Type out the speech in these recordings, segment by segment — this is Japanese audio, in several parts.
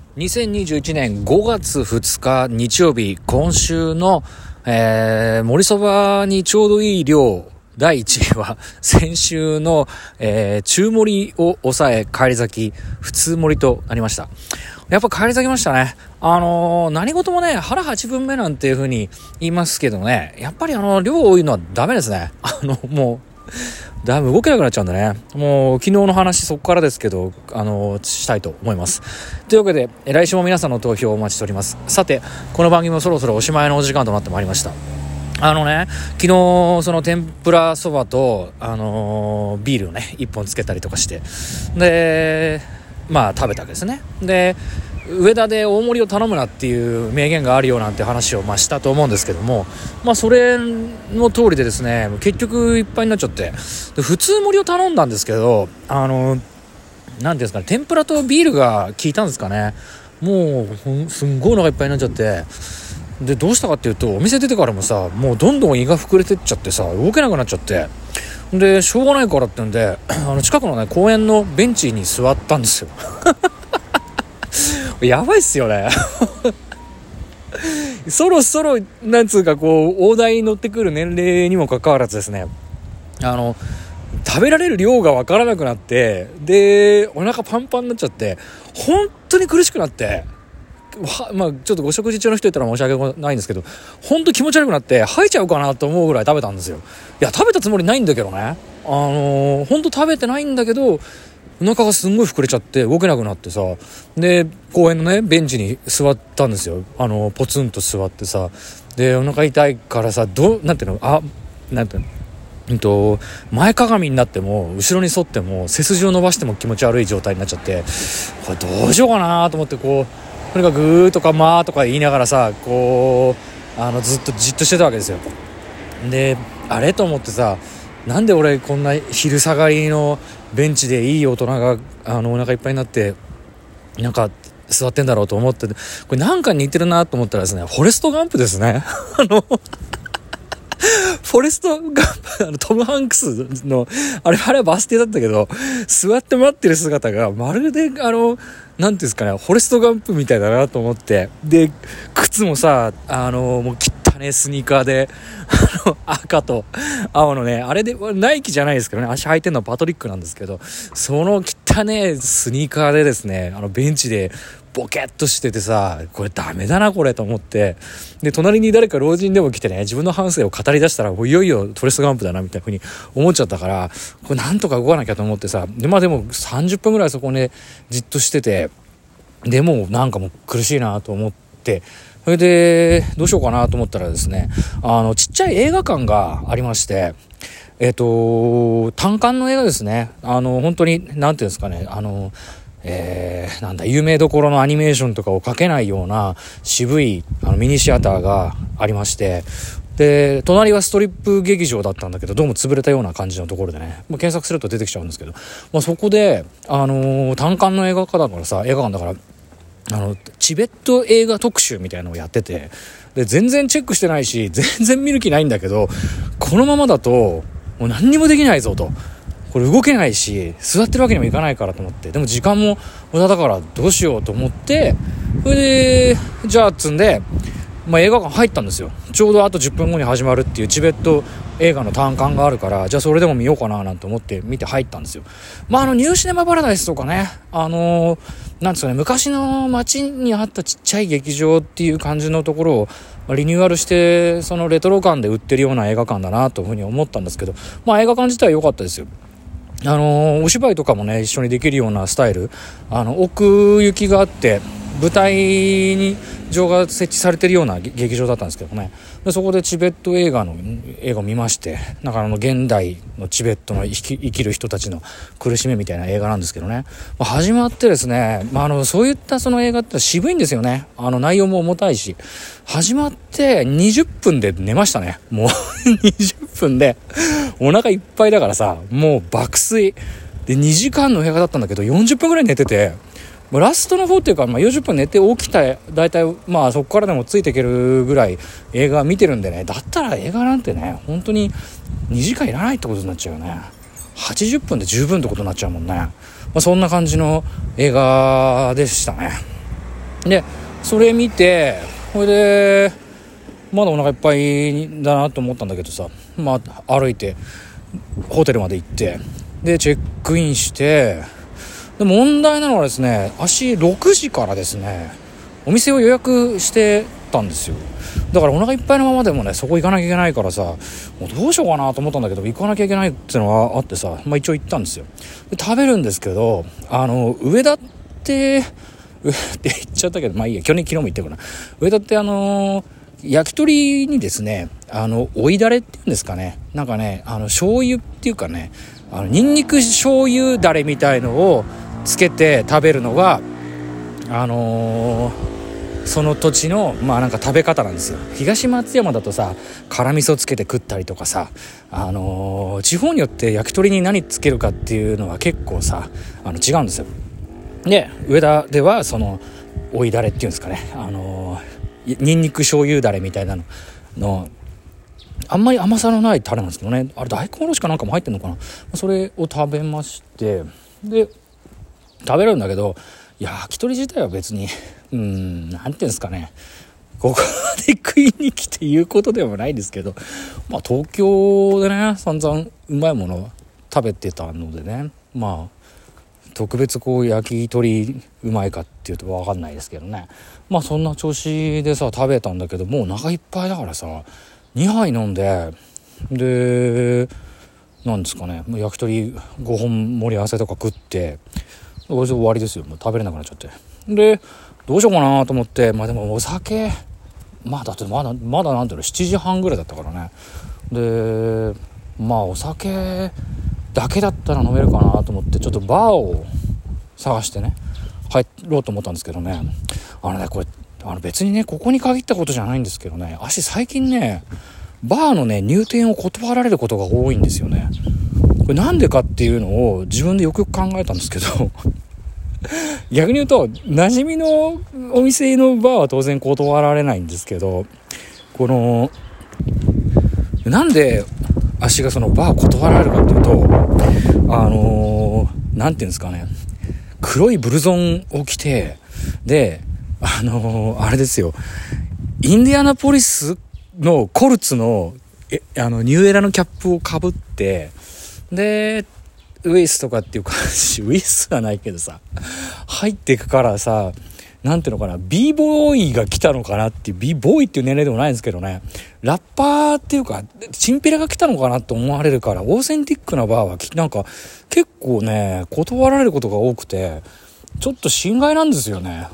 2021年5月2日日曜日、今週の、盛りそばにちょうどいい量第1位は先週の、中盛りを抑え返り咲き普通盛りとなりました。やっぱ返り咲きましたね。何事もね腹8分目なんていう風に言いますけどね、やっぱり量多いのはダメですね。もうだいぶ動けなくなっちゃうんだね。もう昨日の話そこからですけどしたいと思います。というわけで来週も皆さんの投票をお待ちしております。さてこの番組もそろそろおしまいのお時間となってまいりました。昨日その天ぷらそばとビールをね1本つけたりとかしてで食べたわけですね。で上田で大盛りを頼むなっていう名言があるよなんて話をしたと思うんですけども、それの通りでですね、結局いっぱいになっちゃってで普通盛りを頼んだんですけどなんていうんですかね、天ぷらとビールが効いたんですかね。もうすんごいお腹いっぱいになっちゃって、でどうしたかっていうと、お店出てからもさもうどんどん胃が膨れてっちゃってさ動けなくなっちゃって、でしょうがないからってんで近くのね公園のベンチに座ったんですよやばいっすよねそろそろなんつうか大台に乗ってくる年齢にもかかわらずですね、食べられる量がわからなくなって、でお腹パンパンになっちゃって本当に苦しくなって、ちょっとご食事中の人いたら申し訳ないんですけど、本当気持ち悪くなって吐いちゃうかなと思うぐらい食べたんですよ。いや食べたつもりないんだけどね、本当食べてないんだけどお腹がすんごい膨れちゃって動けなくなってさ、で公園のねベンチに座ったんですよ。ポツンと座ってさ、でお腹痛いからさなんていうの前かがみになっても後ろに沿っても背筋を伸ばしても気持ち悪い状態になっちゃって、これどうしようかなと思ってとにかくグーとかマーとか言いながらさずっとじっとしてたわけですよ。であれと思ってさ、なんで俺こんな昼下がりのベンチでいい大人がお腹いっぱいになってなんか座ってんだろうと思って、これなんか似てるなと思ったらですね、フォレストガンプですねフォレストガンプトム・ハンクスのあれはバス停だったけど座って待ってる姿がまるでなんていうんですかね、フォレストガンプみたいだなと思って、で靴もさもう汚ねスニーカーで赤と青のね、あれでナイキじゃないですけどね、足履いてるのはパトリックなんですけど、その汚ねスニーカーでですねベンチでボケっとしててさ、これダメだなこれと思って、で隣に誰か老人でも来てね自分の半生を語り出したらいよいよフォレストガンプだなみたいな風に思っちゃったから、これなんとか動かなきゃと思ってさ、でも30分ぐらいそこねじっとしてて、でもなんかもう苦しいなと思って、それでどうしようかなと思ったらですね、ちっちゃい映画館がありまして、単館の映画ですね。本当になんていうんですかね、有名どころのアニメーションとかを描けないような渋いミニシアターがありまして、で隣はストリップ劇場だったんだけど、どうも潰れたような感じのところでね、検索すると出てきちゃうんですけど、そこで単館の映画館だからチベット映画特集みたいなのをやってて、で全然チェックしてないし全然見る気ないんだけど、このままだともう何にもできないぞと、これ動けないし座ってるわけにもいかないからと思って、でも時間も無駄だからどうしようと思って、それでじゃあつんで、映画館入ったんですよ。ちょうどあと10分後に始まるっていうチベット映画の単館があるから、じゃあそれでも見ようかななんて思って見て入ったんですよ。ニューシネマパラダイスとかね、なんですかね、昔の街にあったちっちゃい劇場っていう感じのところをリニューアルして、そのレトロ感で売ってるような映画館だなというふうに思ったんですけど、映画館自体は良かったですよ。お芝居とかもね一緒にできるようなスタイル、奥行きがあって舞台上が設置されてるような劇場だったんですけどね、でそこでチベット映画を見まして、なんか現代のチベットの生きる人たちの苦しみみたいな映画なんですけどね、始まってですね、そういったその映画って渋いんですよね。内容も重たいし、始まって20分で寝ましたね。もう20分でお腹いっぱいだからさ、もう爆睡で2時間の映画だったんだけど40分ぐらい寝てて、ラストの方っていうか、40分寝て起きただいたいそこからでもついていけるぐらい映画見てるんでね、だったら映画なんてね本当に2時間いらないってことになっちゃうよね。80分で十分ってことになっちゃうもんね。そんな感じの映画でしたね。 でそれ見て、それでまだお腹いっぱいだなと思ったんだけどさ、歩いてホテルまで行って、でチェックインして、で問題なのはですね、6時からですねお店を予約してたんですよ。だからお腹いっぱいのままでもね、そこ行かなきゃいけないからさ、もうどうしようかなと思ったんだけど、行かなきゃいけないっていうのがあってさ、一応行ったんですよ。で食べるんですけど、上田って言っちゃったけど、いいや、昨日も言ったかな。上田って焼き鳥にですね、追いだれっていうんですかね、なんかね、醤油っていうかね、ニンニク醤油だれみたいのをつけて食べるのがその土地のなんか食べ方なんですよ。東松山だとさ、辛味噌つけて食ったりとかさ、地方によって焼き鳥に何つけるかっていうのは結構さ違うんですよ。で上田ではその追いだれっていうんですかね、ニンニク醤油だれみたいなのあんまり甘さのないタレなんですけどね、あれ大根おろしかなんかも入ってんのかな。それを食べまして、で食べるんだけど、焼き鳥自体は別になんていうんですかね、ここで食いに来て言うことでもないんですけど、東京でね散々うまいものを食べてたのでね、特別焼き鳥うまいかっていうと分かんないですけどね、そんな調子でさ食べたんだけど、もうお腹いっぱいだからさ2杯飲んで、でなんですかね、焼き鳥5本盛り合わせとか食って、終わりですよ。もう食べれなくなっちゃって、でどうしようかなと思って、でもお酒だってまだなんていうの7時半ぐらいだったからね、でお酒だけだったら飲めるかなと思って、ちょっとバーを探してね入ろうと思ったんですけどね、これ別にねここに限ったことじゃないんですけどね、最近ねバーのね入店を断られることが多いんですよね。これなんでかっていうのを自分でよくよく考えたんですけど逆に言うと馴染みのお店のバーは当然断られないんですけど、なんで足がそのバー断られるかっていうと、なんていうんですかね、黒いブルゾンを着て、であれですよ、インディアナポリスのコルツのニューエラのキャップをかぶって、でウイスとかっていうかウイスはないけどさ入っていくからさ、なんていうのかな、 b ボーイが来たのかなっていう、 b ボーイっていう年齢でもないんですけどね、ラッパーっていうかチンピラが来たのかなと思われるから、オーセンティックなバーはなんか結構ね断られることが多くて、ちょっと心外なんですよね。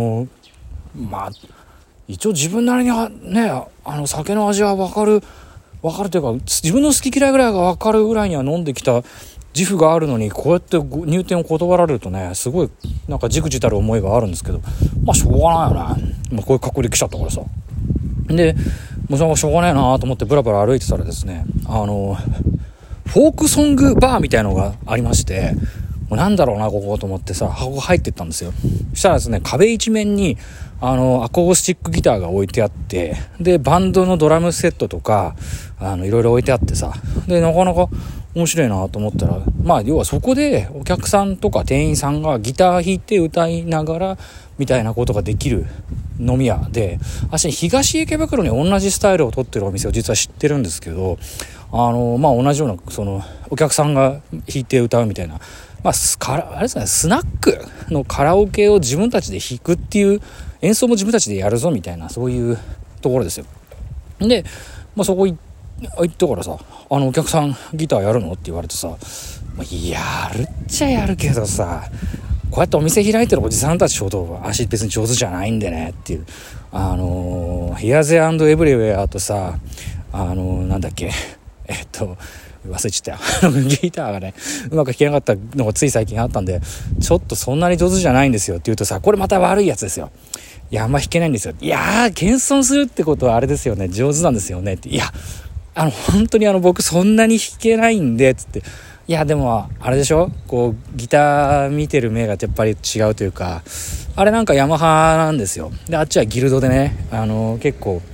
一応自分なりにはね酒の味は分かるというか、自分の好き嫌いぐらいが分かるぐらいには飲んできた自負があるのに、こうやって入店を断られるとね、すごいなんかじくじたる思いがあるんですけど、しょうがないよね、こういう格好で来ちゃったからさ。でもうしょうがないなと思ってブラブラ歩いてたらですね、フォークソングバーみたいのがありまして、なんだろうなここと思ってさ、箱入ってったんですよ。そしたらですね、壁一面にアコースティックギターが置いてあって、でバンドのドラムセットとかいろいろ置いてあってさ、でなかなか面白いなと思ったら、要はそこでお客さんとか店員さんがギター弾いて歌いながらみたいなことができる飲み屋で、東池袋に同じスタイルを取ってるお店を実は知ってるんですけど、同じようなそのお客さんが弾いて歌うみたいな、あれですね、スナックのカラオケを自分たちで弾くっていう、演奏も自分たちでやるぞみたいな、そういうところですよ。で、そこ行ったからさ、お客さんギターやるのって言われてさ、やるっちゃやるけどさ、こうやってお店開いてるおじさんたちほど足別に上手じゃないんでねっていう、Here There and Everywhere とさ、なんだっけ、忘れちゃったよギターがねうまく弾けなかったのがつい最近あったんで、ちょっとそんなに上手じゃないんですよって言うとさ、これまた悪いやつですよ。あんま弾けないんですよ。謙遜するってことはあれですよね、上手なんですよねって。本当に僕そんなに弾けないんでつって、でもあれでしょ、こうギター見てる目がやっぱり違うというか、あれなんかヤマハなんですよ。であっちはギルドでね、結構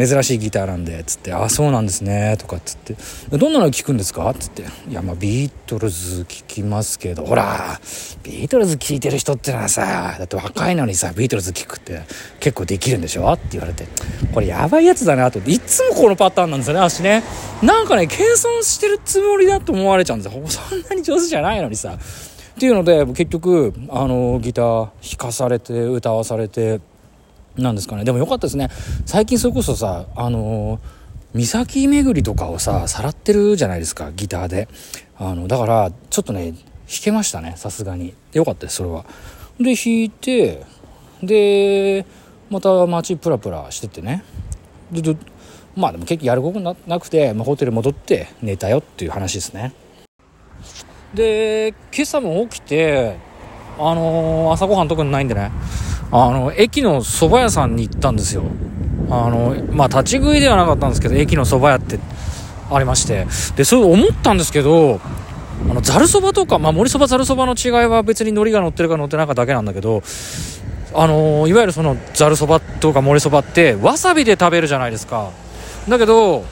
珍しいギターなんでつって、あそうなんですねとかつって、どんなの聴くんですかつって、いやビートルズ聴きますけど、ほらビートルズ聴いてる人ってのはさ、だって若いのにさビートルズ聴くって結構できるんでしょって言われて、これやばいやつだなと。いつもこのパターンなんですよね、私ね。なんかね謙遜してるつもりだと思われちゃうんですよ。そんなに上手じゃないのにさっていうので、結局ギター弾かされて歌わされてなんですかね。でもよかったですね。最近それこそさ岬巡りとかをささらってるじゃないですか、ギターで。だからちょっとね弾けましたね、さすがに。よかったです、それは。で弾いて、でまた街プラプラしててね、でまあでも結局やることなくて、ホテル戻って寝たよっていう話ですね。で今朝も起きて朝ごはん特にないんでね、駅の蕎麦屋さんに行ったんですよ。立ち食いではなかったんですけど、駅の蕎麦屋ってありまして、でそれ思ったんですけど、ざるそばとか、盛りそばざるそばの違いは別に海苔が乗ってるか乗ってないかだけなんだけど、いわゆるそのざるそばとか盛りそばってわさびで食べるじゃないですか。だけど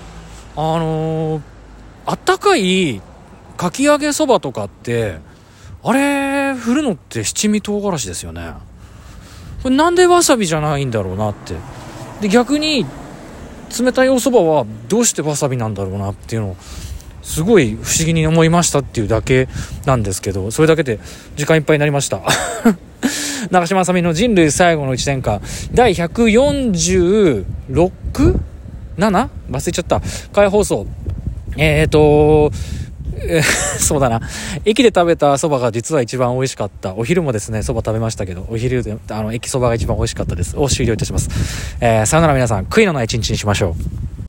あったかいかき揚げそばとかってあれ振るのって七味唐辛子ですよね。これなんでわさびじゃないんだろうなって。で逆に冷たいおそばはどうしてわさびなんだろうなっていうのをすごい不思議に思いましたっていうだけなんですけど、それだけで時間いっぱいになりました長嶋あさみの人類最後の1年間第146?7? 忘れちゃった。回放送そうだな、駅で食べたそばが実は一番美味しかった。お昼もですねそば食べましたけど、お昼で駅そばが一番美味しかったですを終了いたします。さよなら皆さん、悔いのない一日にしましょう。